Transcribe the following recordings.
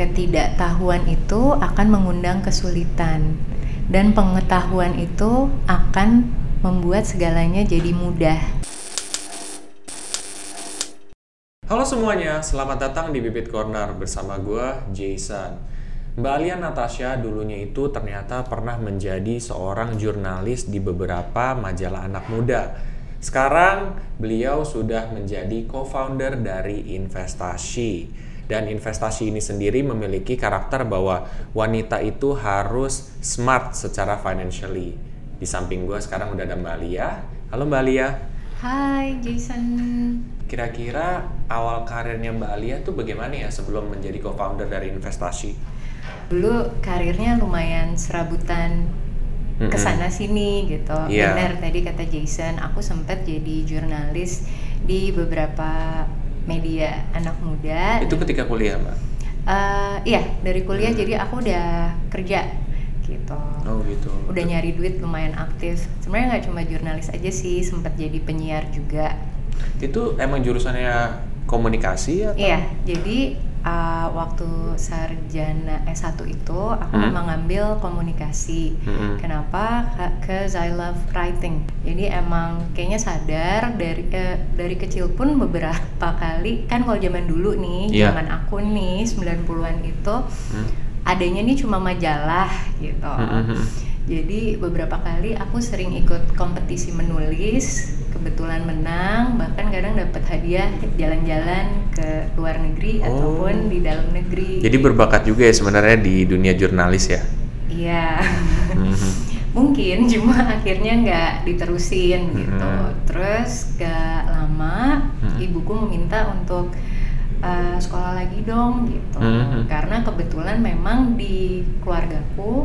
ketidaktahuan itu akan mengundang kesulitan, dan pengetahuan itu akan membuat segalanya jadi mudah. Halo semuanya, selamat datang di Bibit Corner bersama gue, Jason. Mbak Alia Natasha dulunya itu ternyata pernah menjadi seorang jurnalis di beberapa majalah anak muda. Sekarang beliau sudah menjadi co-founder dari Investasi. Dan Investasi ini sendiri memiliki karakter bahwa wanita itu harus smart secara financially. Di samping gue sekarang udah ada Mbak Alia. Halo Mbak Alia. Hai Jason. Kira-kira awal karirnya Mbak Alia tuh bagaimana ya sebelum menjadi co-founder dari Investasi? Dulu karirnya lumayan serabutan kesana sini gitu. Iya. Benar tadi kata Jason, aku sempat jadi jurnalis di beberapa media anak muda. Itu ketika kuliah, Mbak? Iya, dari kuliah jadi aku udah kerja gitu. Oh gitu. Udah nyari duit lumayan aktif. Sebenarnya nggak cuma jurnalis aja sih, sempat jadi penyiar juga. Itu emang jurusannya komunikasi atau? Iya, jadi waktu sarjana S1 itu aku memang ngambil komunikasi. Kenapa? Cause I love writing. Jadi emang kayaknya sadar dari kecil pun beberapa kali, kan kalau zaman dulu nih, zaman aku nih 90-an itu adanya nih cuma majalah gitu. Jadi beberapa kali aku sering ikut kompetisi menulis, kebetulan menang, bahkan kadang dapat hadiah jalan-jalan ke luar negeri ataupun di dalam negeri. Jadi berbakat juga ya sebenarnya di dunia jurnalis ya? Iya, mungkin cuma akhirnya nggak diterusin gitu. Terus gak lama ibuku meminta untuk sekolah lagi dong gitu, karena kebetulan memang di keluargaku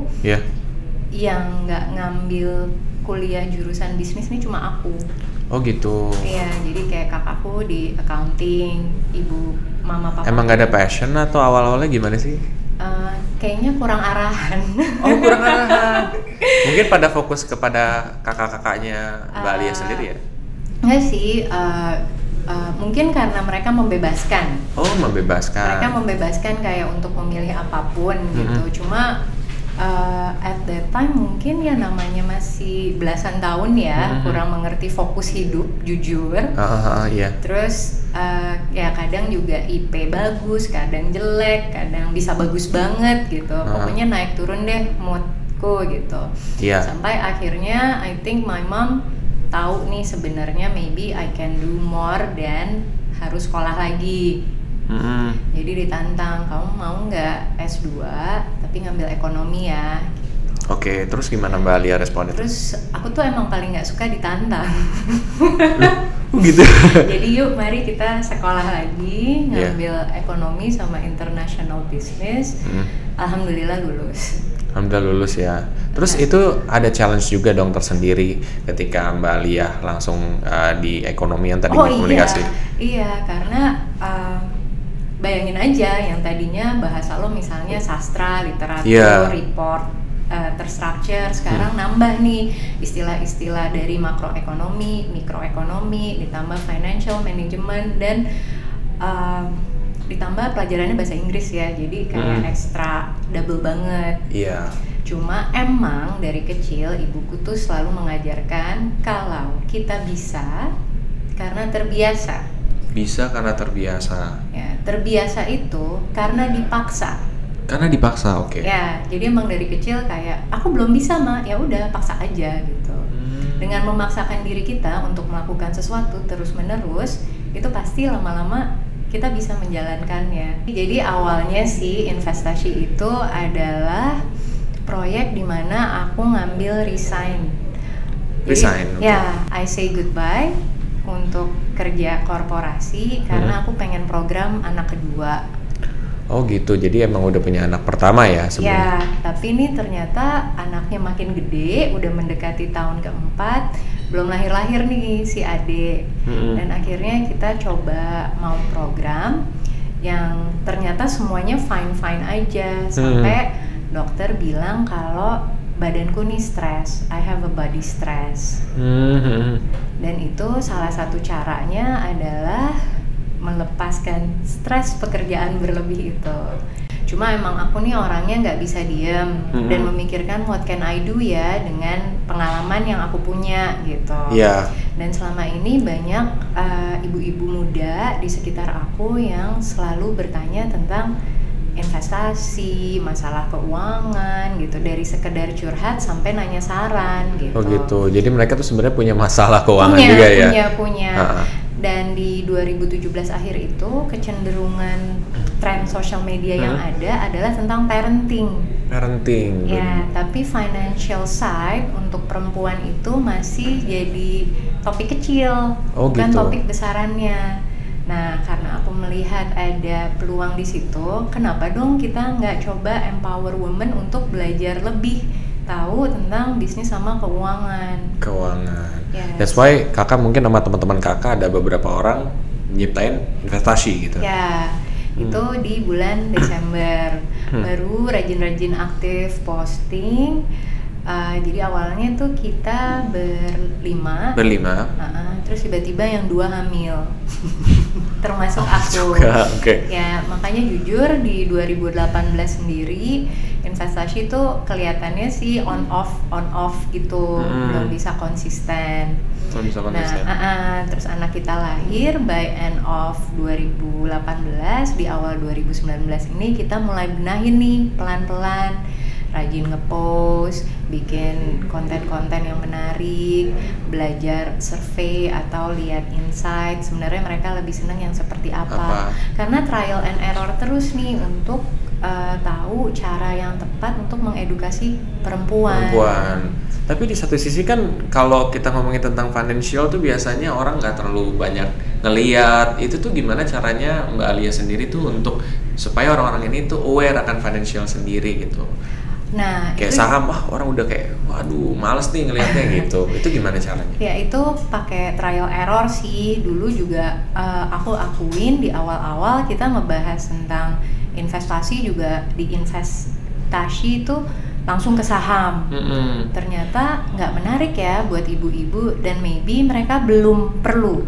yang nggak ngambil kuliah jurusan bisnis ini cuma aku. Oh gitu. Iya, jadi kayak kakakku di accounting, ibu, mama, papa. Emang nggak ada passion atau awal-awalnya gimana sih? Kayaknya kurang arahan. Oh kurang arahan. Mungkin pada fokus kepada kakak-kakaknya Mbak Alia sendiri ya? Nggak sih, mungkin karena mereka membebaskan. Oh membebaskan. Mereka membebaskan kayak untuk memilih apapun gitu. Cuma at that time mungkin ya namanya masih belasan tahun ya, kurang mengerti fokus hidup, jujur. Iya. Terus ya kadang juga IP bagus, kadang jelek, kadang bisa bagus banget gitu. Pokoknya naik turun deh moodku gitu. Iya. Sampai akhirnya I think my mom tahu nih sebenarnya maybe I can do more dan harus sekolah lagi. Jadi ditantang, kamu mau nggak S2 tapi ngambil ekonomi ya? Oke, terus gimana Mbak Alia responnya? Terus aku tuh emang paling nggak suka ditantang. Gitu. Jadi yuk mari kita sekolah lagi, ngambil ekonomi sama international business. Alhamdulillah lulus. Alhamdulillah lulus ya. Terus itu ada challenge juga dong tersendiri ketika Mbak Alia langsung di ekonomi yang tadi komunikasi. Iya, karena bayangin aja yang tadinya bahasa lo misalnya sastra, literatur, report, terstruktur, sekarang nambah nih istilah-istilah dari makroekonomi, mikroekonomi, ditambah financial management dan ditambah pelajarannya bahasa Inggris ya, jadi kayak ekstra double banget. Iya. Cuma emang dari kecil ibuku tuh selalu mengajarkan kalau kita bisa karena terbiasa. Bisa karena terbiasa. Ya, terbiasa itu karena dipaksa. Karena dipaksa, oke. Ya, jadi emang dari kecil kayak aku belum bisa mah, ya udah paksa aja gitu. Dengan memaksakan diri kita untuk melakukan sesuatu terus-menerus, itu pasti lama-lama kita bisa menjalankannya. Jadi awalnya sih Investasi itu adalah proyek di mana aku ngambil resign. Resign. Jadi, ya, I say goodbye untuk kerja korporasi karena aku pengen program anak kedua. Oh gitu, jadi emang udah punya anak pertama ya sebelumnya? Ya, tapi ini ternyata anaknya makin gede, udah mendekati tahun keempat, belum lahir-lahir nih si adik. Dan akhirnya kita coba mau program yang ternyata semuanya fine-fine aja, sampai dokter bilang kalau badanku nih stres, I have a body stress. Dan itu salah satu caranya adalah melepaskan stres pekerjaan berlebih itu. Cuma emang aku nih orangnya nggak bisa diem dan memikirkan what can I do ya dengan pengalaman yang aku punya gitu. Dan selama ini banyak ibu-ibu muda di sekitar aku yang selalu bertanya tentang investasi, masalah keuangan gitu, dari sekedar curhat sampai nanya saran gitu. Oh gitu. Jadi mereka tuh sebenarnya punya masalah keuangan juga ya. Punya. Dan di 2017 akhir itu kecenderungan tren sosial media yang ada adalah tentang parenting. Ya, tapi financial side untuk perempuan itu masih jadi topik kecil, bukan topik besarannya. Nah, karena aku melihat ada peluang di situ, kenapa dong kita nggak coba empower women untuk belajar lebih tahu tentang bisnis sama keuangan. Yes. That's why kakak mungkin sama teman-teman kakak ada beberapa orang nyiptain investasi gitu. Ya, itu di bulan Desember baru rajin-rajin aktif posting. Jadi awalnya tuh kita berlima. Terus tiba-tiba yang 2 hamil, termasuk aku. Ya, makanya jujur di 2018 sendiri investasi tuh kelihatannya sih on off gitu, belum bisa konsisten. Nah, terus anak kita lahir by end of 2018, di awal 2019 ini kita mulai benahin nih pelan-pelan, rajin ngepost, bikin konten-konten yang menarik, belajar survei atau lihat insight. Sebenarnya mereka lebih senang yang seperti apa? Karena trial and error terus nih untuk tahu cara yang tepat untuk mengedukasi perempuan. Tapi di satu sisi kan kalau kita ngomongin tentang financial tuh biasanya orang nggak terlalu banyak ngeliat. Itu tuh gimana caranya Mbak Alia sendiri tuh untuk supaya orang-orang ini tuh aware akan financial sendiri gitu? Nah, kayak itu, saham orang udah kayak waduh males nih ngelihatnya gitu. Itu gimana caranya? Ya itu pakai trial error sih. Dulu juga aku akuin di awal-awal kita ngebahas tentang investasi juga, di investasi itu langsung ke saham. Ternyata nggak menarik ya buat ibu-ibu dan maybe mereka belum perlu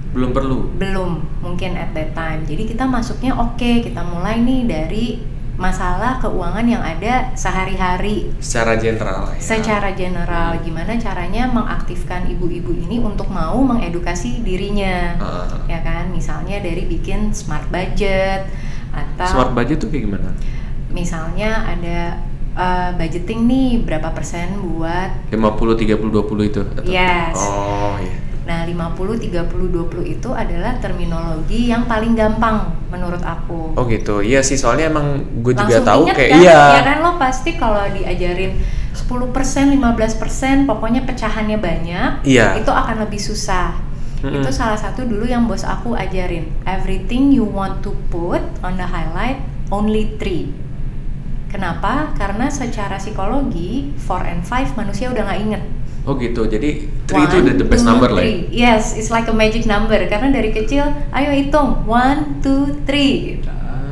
mungkin at that time. Jadi kita masuknya kita mulai nih dari masalah keuangan yang ada sehari-hari secara general gimana caranya mengaktifkan ibu-ibu ini untuk mau mengedukasi dirinya, ya kan, misalnya dari bikin smart budget. Atau smart budget tuh kayak gimana? Misalnya ada budgeting nih berapa persen buat 50-30-20 itu atau? Yes. Oh iya. Nah, 50-30-20 itu adalah terminologi yang paling gampang menurut aku. Oh gitu, iya sih, soalnya emang gue juga tahu kayak kan? Ya kan, lo pasti kalau diajarin 10%, 15%, pokoknya pecahannya banyak, itu akan lebih susah. Itu salah satu dulu yang bos aku ajarin. Everything you want to put on the highlight, only 3. Kenapa? Karena secara psikologi 4 and 5 manusia udah gak inget. Oh gitu, jadi 3 itu the best number lah ya? Yes, it's like a magic number. Karena dari kecil, ayo hitung 1, 2, 3 gitu.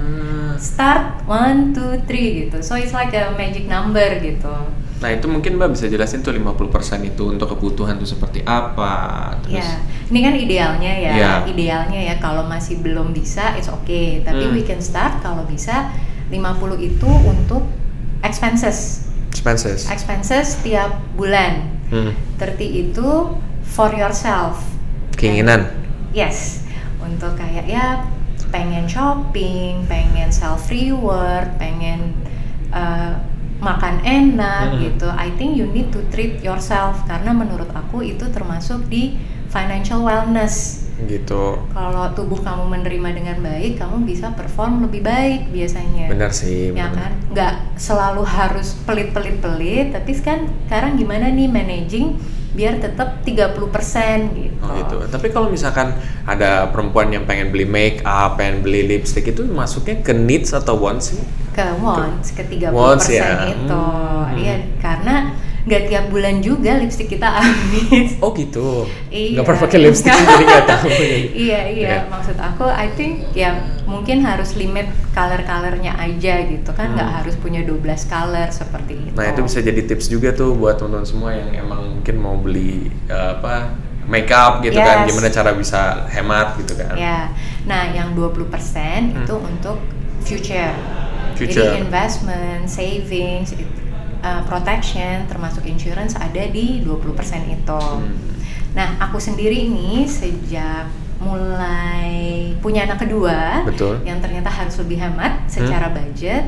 Start 1, 2, 3 gitu. So it's like a magic number gitu. Nah itu mungkin Mbak bisa jelasin tuh 50% itu untuk kebutuhan tuh seperti apa? Terus, ya, ini kan idealnya ya. Idealnya ya kalau masih belum bisa, it's okay. Tapi we can start kalau bisa 50 itu untuk expenses tiap bulan. 30 itu for yourself. Keinginan. Yes, untuk kayak ya pengen shopping, pengen self reward, pengen makan enak gitu. I think you need to treat yourself karena menurut aku itu termasuk di financial wellness. Gitu. Kalau tubuh kamu menerima dengan baik, kamu bisa perform lebih baik biasanya. Benar sih. Ya kan, nggak selalu harus pelit, tapi kan sekarang gimana nih managing biar tetap 30% gitu. Oh gitu. Tapi kalau misalkan ada perempuan yang pengen beli make up, pengen beli lipstick, itu masuknya ke needs atau wants sih? Ke wants, ke 30% wants, ya. Itu. Iya, karena nggak tiap bulan juga lipstick kita habis. Oh gitu. Iya. Nggak pernah pakai lipstick jadi nggak tahu. Iya. Maksud aku, I think ya mungkin harus limit color-colornya aja gitu kan, nggak harus punya 12 color seperti itu. Nah itu bisa jadi tips juga tuh buat teman-teman semua yang emang mungkin mau beli makeup gitu kan, gimana cara bisa hemat gitu kan. Ya. Nah yang 20% itu untuk future. Jadi investment, savings, protection, termasuk insurance ada di 20% itu. Nah, aku sendiri ini sejak mulai punya anak kedua, betul, yang ternyata harus lebih hemat secara budget,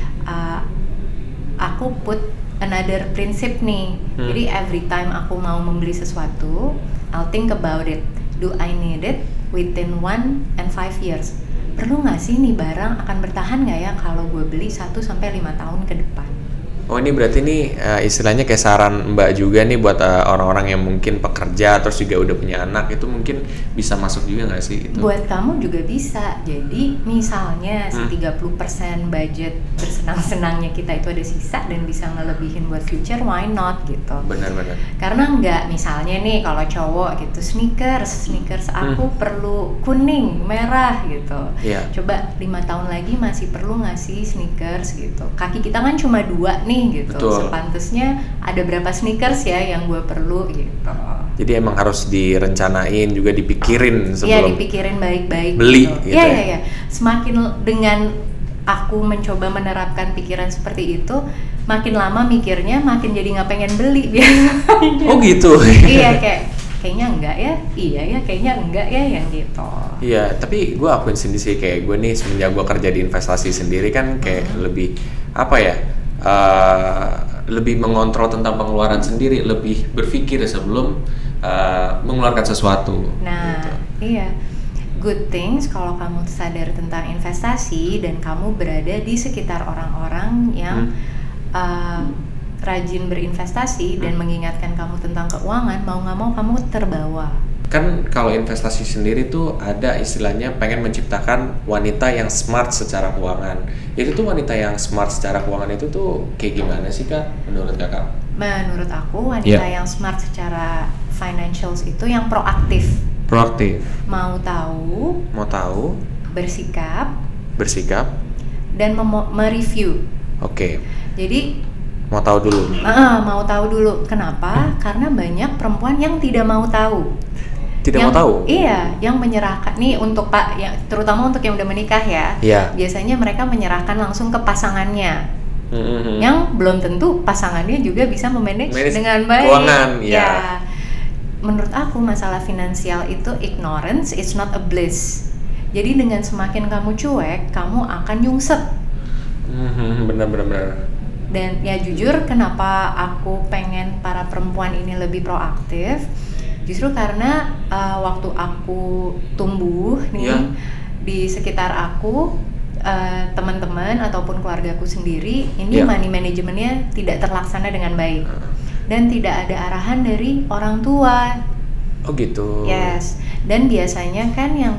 aku put another prinsip nih. Jadi every time aku mau membeli sesuatu, I'll think about it. Do I need it within 1 and 5 years? Perlu nggak sih nih barang akan bertahan nggak ya kalau gue beli 1 sampai 5 tahun ke depan? Oh, ini berarti nih istilahnya kayak saran Mbak juga nih buat orang-orang yang mungkin pekerja terus juga udah punya anak, itu mungkin bisa masuk juga nggak sih itu? Buat kamu juga bisa. Jadi misalnya 30% budget bersenang-senangnya kita itu ada sisa dan bisa ngelebihin buat future, why not gitu. Benar-benar. Karena nggak, misalnya nih kalau cowok gitu, sneakers aku perlu kuning, merah gitu. Coba 5 tahun lagi masih perlu nggak sih sneakers gitu. Kaki kita kan cuma 2 nih gitu. Betul. Sepantesnya ada berapa sneakers ya yang gue perlu gitu. Jadi emang harus direncanain juga, dipikirin sebelum. Iya, dipikirin baik-baik beli gitu. Iya. Semakin dengan aku mencoba menerapkan pikiran seperti itu, makin lama mikirnya makin jadi nggak pengen beli biasanya. Oh gitu. Iya, kayaknya enggak ya, iya ya, kayaknya enggak ya, yang gitu. Iya, tapi gue akuin sendiri sih, kayak gue nih semenjak gue kerja di investasi sendiri kan kayak lebih apa ya, lebih mengontrol tentang pengeluaran sendiri, lebih berpikir sebelum mengeluarkan sesuatu. Nah, gitu. Iya. Good things kalau kamu sadar tentang investasi dan kamu berada di sekitar orang-orang yang rajin berinvestasi dan mengingatkan kamu tentang keuangan, mau nggak mau kamu terbawa. Kan kalau investasi sendiri tuh ada istilahnya pengen menciptakan wanita yang smart secara keuangan. Itu tuh wanita yang smart secara keuangan itu tuh kayak gimana sih Kak menurut Kakak? Menurut aku wanita yang smart secara financials itu yang proaktif. Mau tahu, bersikap dan mereview. Oke. Jadi mau tahu dulu. Kenapa? Karena banyak perempuan yang tidak mau tahu. Mau tahu? Iya, yang menyerahkan nih untuk terutama untuk yang udah menikah ya. Yeah. Biasanya mereka menyerahkan langsung ke pasangannya. Yang belum tentu pasangannya juga bisa memanage dengan baik. Keuangan, ya. Menurut aku masalah finansial itu ignorance is not a bliss. Jadi dengan semakin kamu cuek, kamu akan nyungsep. Benar. Dan ya jujur, kenapa aku pengen para perempuan ini lebih proaktif? Justru karena waktu aku tumbuh nih di sekitar aku, teman-teman ataupun keluargaku sendiri ini money managementnya tidak terlaksana dengan baik dan tidak ada arahan dari orang tua. Oh gitu. Yes. Dan biasanya kan yang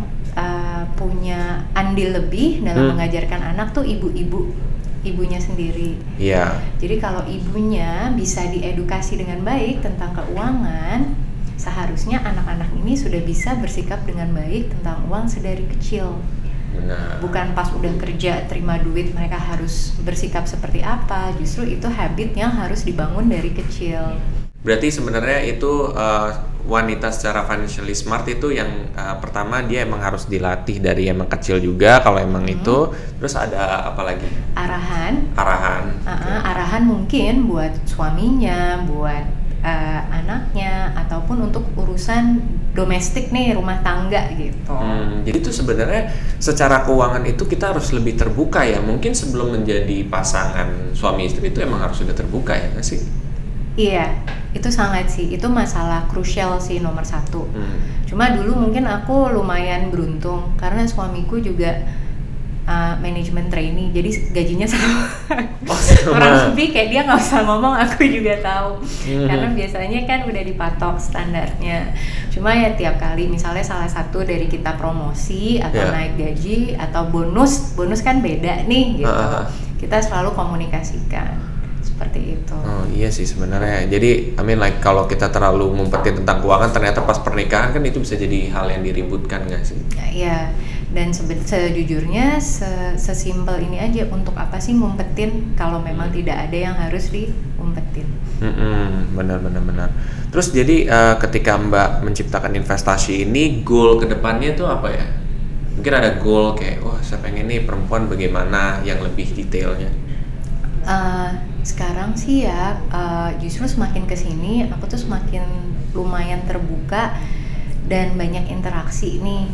punya andil lebih dalam mengajarkan anak tuh ibunya sendiri. Iya. Jadi kalau ibunya bisa diedukasi dengan baik tentang keuangan, seharusnya anak-anak ini sudah bisa bersikap dengan baik tentang uang sedari kecil. Benar. Bukan pas udah kerja terima duit mereka harus bersikap seperti apa. Justru itu habit yang harus dibangun dari kecil. Berarti sebenarnya itu wanita secara financially smart itu yang pertama dia emang harus dilatih dari emang kecil juga kalau emang itu. Terus ada apa lagi? Arahan. Arahan mungkin buat suaminya, buat anaknya, ataupun untuk urusan domestik nih, rumah tangga gitu. Jadi itu sebenarnya secara keuangan itu kita harus lebih terbuka ya. Mungkin sebelum menjadi pasangan suami istri itu emang harus sudah terbuka ya nggak sih? Iya, itu sangat sih. Itu masalah krusial sih nomor 1. Cuma dulu mungkin aku lumayan beruntung karena suamiku juga manajemen trainee, jadi gajinya sama. Orang lebih kayak dia nggak usah ngomong, aku juga tahu. Karena biasanya kan udah dipatok standarnya. Cuma ya tiap kali misalnya salah satu dari kita promosi atau naik gaji atau bonus kan beda nih gitu. Kita selalu komunikasikan seperti itu. Oh iya sih sebenarnya. Jadi like kalau kita terlalu ngumpetin tentang keuangan, ternyata pas pernikahan kan itu bisa jadi hal yang diributkan nggak sih? Iya. Dan sejujurnya sesimpel ini aja, untuk apa sih ngumpetin kalau memang tidak ada yang harus diumpetin. Benar. Terus jadi ketika Mbak menciptakan investasi ini, goal kedepannya itu apa ya? Mungkin ada goal kayak, saya pengen ini perempuan bagaimana yang lebih detailnya? Sekarang sih ya justru semakin kesini aku tuh semakin lumayan terbuka dan banyak interaksi nih.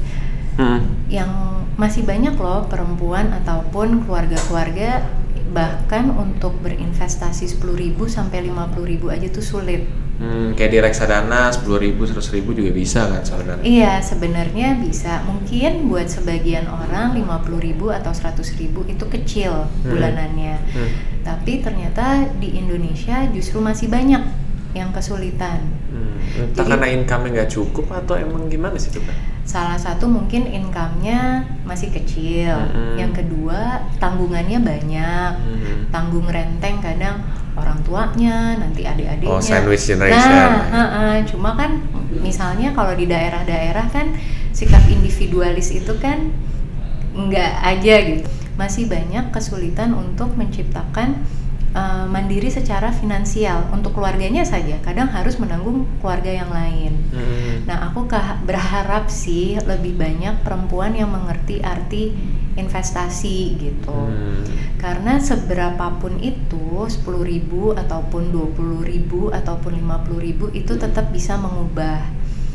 Yang masih banyak loh perempuan ataupun keluarga-keluarga bahkan untuk berinvestasi 10.000 sampai 50.000 aja tuh sulit. Kayak di reksadana 10.000, 100.000 juga bisa kan sebenarnya? Iya, sebenarnya bisa. Mungkin buat sebagian orang 50.000 atau 100.000 itu kecil bulanannya. Tapi ternyata di Indonesia justru masih banyak yang kesulitan. Entah karena income-nya nggak cukup atau emang gimana sih tuh kan? Salah satu mungkin income-nya masih kecil. Yang kedua tanggungannya banyak. Tanggung renteng kadang orang tuanya, nanti adik-adiknya. Oh, sandwich generation. Cuma kan misalnya kalau di daerah-daerah kan sikap individualis itu kan nggak aja gitu. Masih banyak kesulitan untuk menciptakan mandiri secara finansial untuk keluarganya saja. Kadang harus menanggung keluarga yang lain. Nah, aku berharap sih lebih banyak perempuan yang mengerti arti investasi gitu. Karena seberapapun itu 10.000 ataupun 20.000 ataupun 50.000 itu tetap bisa mengubah.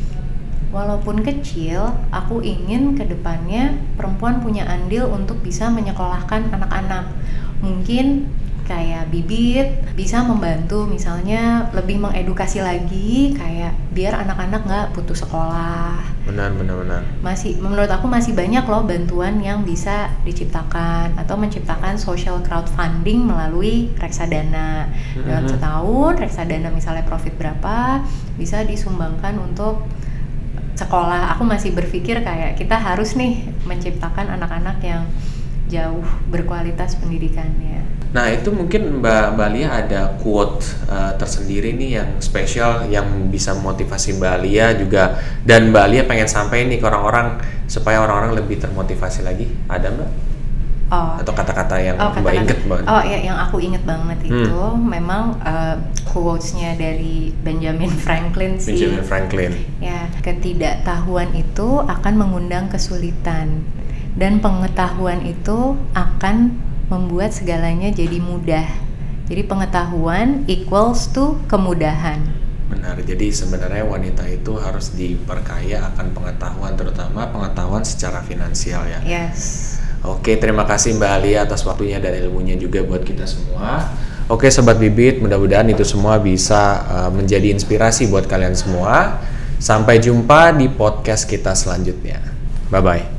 Walaupun kecil, aku ingin kedepannya perempuan punya andil untuk bisa menyekolahkan anak-anak. Mungkin kayak Bibit bisa membantu misalnya lebih mengedukasi lagi kayak biar anak-anak nggak putus sekolah. Benar. Masih menurut aku masih banyak loh bantuan yang bisa diciptakan atau menciptakan social crowdfunding melalui reksadana. Dalam setahun reksadana misalnya profit berapa bisa disumbangkan untuk sekolah. Aku masih berpikir kayak kita harus nih menciptakan anak-anak yang jauh berkualitas pendidikannya. Nah, itu mungkin Mbak Lia ada quote tersendiri nih yang spesial yang bisa memotivasi Mbak Lia juga, dan Mbak Lia pengen sampaikan nih ke orang-orang supaya orang-orang lebih termotivasi lagi. Ada Mbak? Atau kata-kata yang Mbak inget banget? Oh ya, yang aku inget banget itu memang quotes-nya dari Benjamin Franklin sih. Benjamin Franklin. Ya, ketidaktahuan itu akan mengundang kesulitan dan pengetahuan itu akan membuat segalanya jadi mudah. Jadi pengetahuan equals to kemudahan. Benar, jadi sebenarnya wanita itu harus diperkaya akan pengetahuan, terutama pengetahuan secara finansial ya. Yes. Oke, terima kasih Mbak Lia atas waktunya dan ilmunya juga buat kita semua. Oke Sobat Bibit, mudah-mudahan itu semua bisa menjadi inspirasi buat kalian semua. Sampai jumpa di podcast kita selanjutnya. Bye-bye.